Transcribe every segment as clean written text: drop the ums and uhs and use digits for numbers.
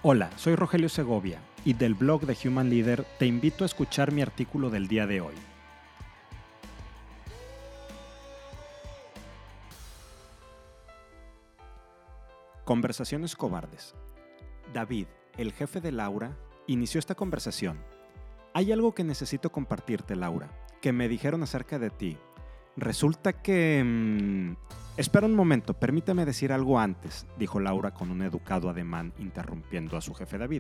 Hola, soy Rogelio Segovia y del blog de Human Leader te invito a escuchar mi artículo del día de hoy. Conversaciones cobardes. David, el jefe de Laura, inició esta conversación. Hay algo que necesito compartirte, Laura, que me dijeron acerca de ti. Resulta que... Espera un momento, permíteme decir algo antes, dijo Laura con un educado ademán interrumpiendo a su jefe David.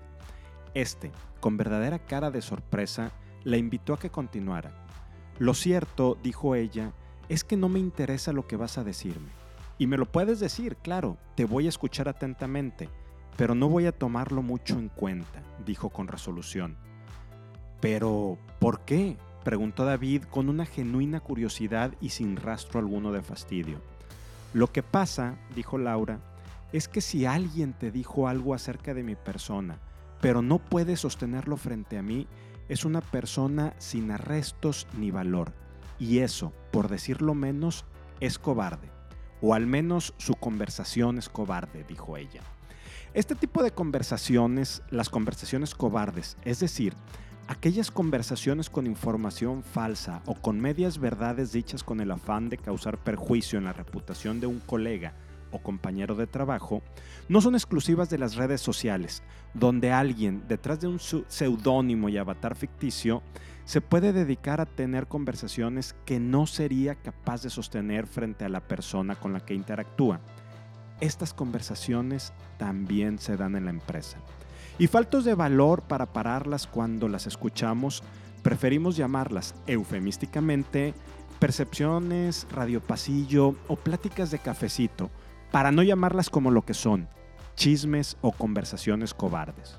Con verdadera cara de sorpresa, la invitó a que continuara. Lo cierto, dijo ella, es que no me interesa lo que vas a decirme. Y me lo puedes decir, claro, te voy a escuchar atentamente, pero no voy a tomarlo mucho en cuenta, dijo con resolución. Pero, ¿por qué?, preguntó David con una genuina curiosidad y sin rastro alguno de fastidio. Lo que pasa, dijo Laura, es que si alguien te dijo algo acerca de mi persona, pero no puede sostenerlo frente a mí, es una persona sin arrestos ni valor. Y eso, por decirlo menos, es cobarde. O al menos su conversación es cobarde, dijo ella. Este tipo de conversaciones, las conversaciones cobardes, es decir, aquellas conversaciones con información falsa o con medias verdades dichas con el afán de causar perjuicio en la reputación de un colega o compañero de trabajo, no son exclusivas de las redes sociales, donde alguien, detrás de un seudónimo y avatar ficticio, se puede dedicar a tener conversaciones que no sería capaz de sostener frente a la persona con la que interactúa. Estas conversaciones también se dan en la empresa. Y faltos de valor para pararlas cuando las escuchamos, preferimos llamarlas eufemísticamente percepciones, radiopasillo o pláticas de cafecito, para no llamarlas como lo que son, chismes o conversaciones cobardes.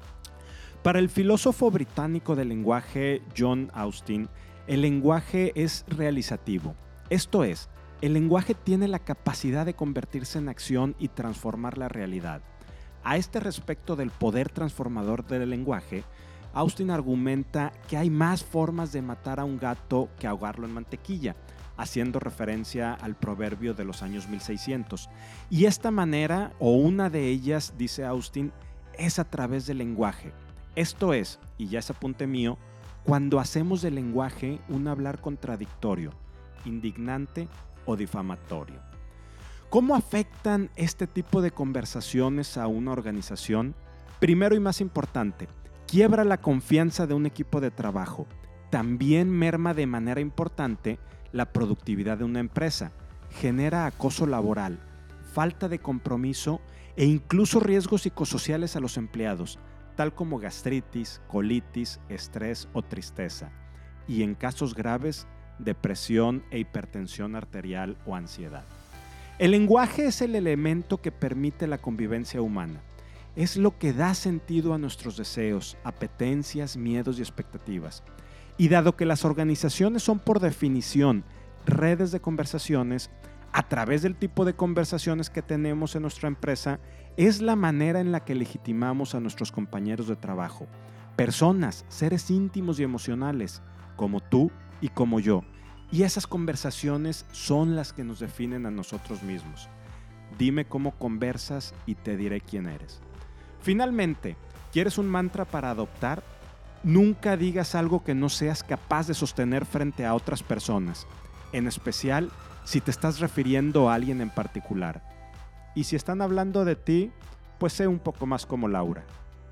Para el filósofo británico del lenguaje John Austin, el lenguaje es realizativo. Esto es, el lenguaje tiene la capacidad de convertirse en acción y transformar la realidad. A este respecto del poder transformador del lenguaje, Austin argumenta que hay más formas de matar a un gato que ahogarlo en mantequilla, haciendo referencia al proverbio de los años 1600. Y esta manera, o una de ellas, dice Austin, es a través del lenguaje. Esto es, y ya es apunte mío, cuando hacemos del lenguaje un hablar contradictorio, indignante o difamatorio. ¿Cómo afectan este tipo de conversaciones a una organización? Primero y más importante, quiebra la confianza de un equipo de trabajo. También merma de manera importante la productividad de una empresa. Genera acoso laboral, falta de compromiso e incluso riesgos psicosociales a los empleados, tal como gastritis, colitis, estrés o tristeza. Y en casos graves, depresión e hipertensión arterial o ansiedad. El lenguaje es el elemento que permite la convivencia humana. Es lo que da sentido a nuestros deseos, apetencias, miedos y expectativas. Y dado que las organizaciones son por definición redes de conversaciones, a través del tipo de conversaciones que tenemos en nuestra empresa, es la manera en la que legitimamos a nuestros compañeros de trabajo. Personas, seres íntimos y emocionales, como tú y como yo. Y esas conversaciones son las que nos definen a nosotros mismos. Dime cómo conversas y te diré quién eres. Finalmente, ¿quieres un mantra para adoptar? Nunca digas algo que no seas capaz de sostener frente a otras personas, en especial si te estás refiriendo a alguien en particular. Y si están hablando de ti, pues sé un poco más como Laura.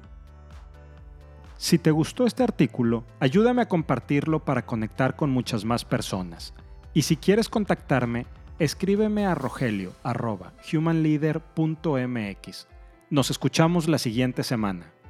Si te gustó este artículo, ayúdame a compartirlo para conectar con muchas más personas. Y si quieres contactarme, escríbeme a rogelio@humanleader.mx. Nos escuchamos la siguiente semana.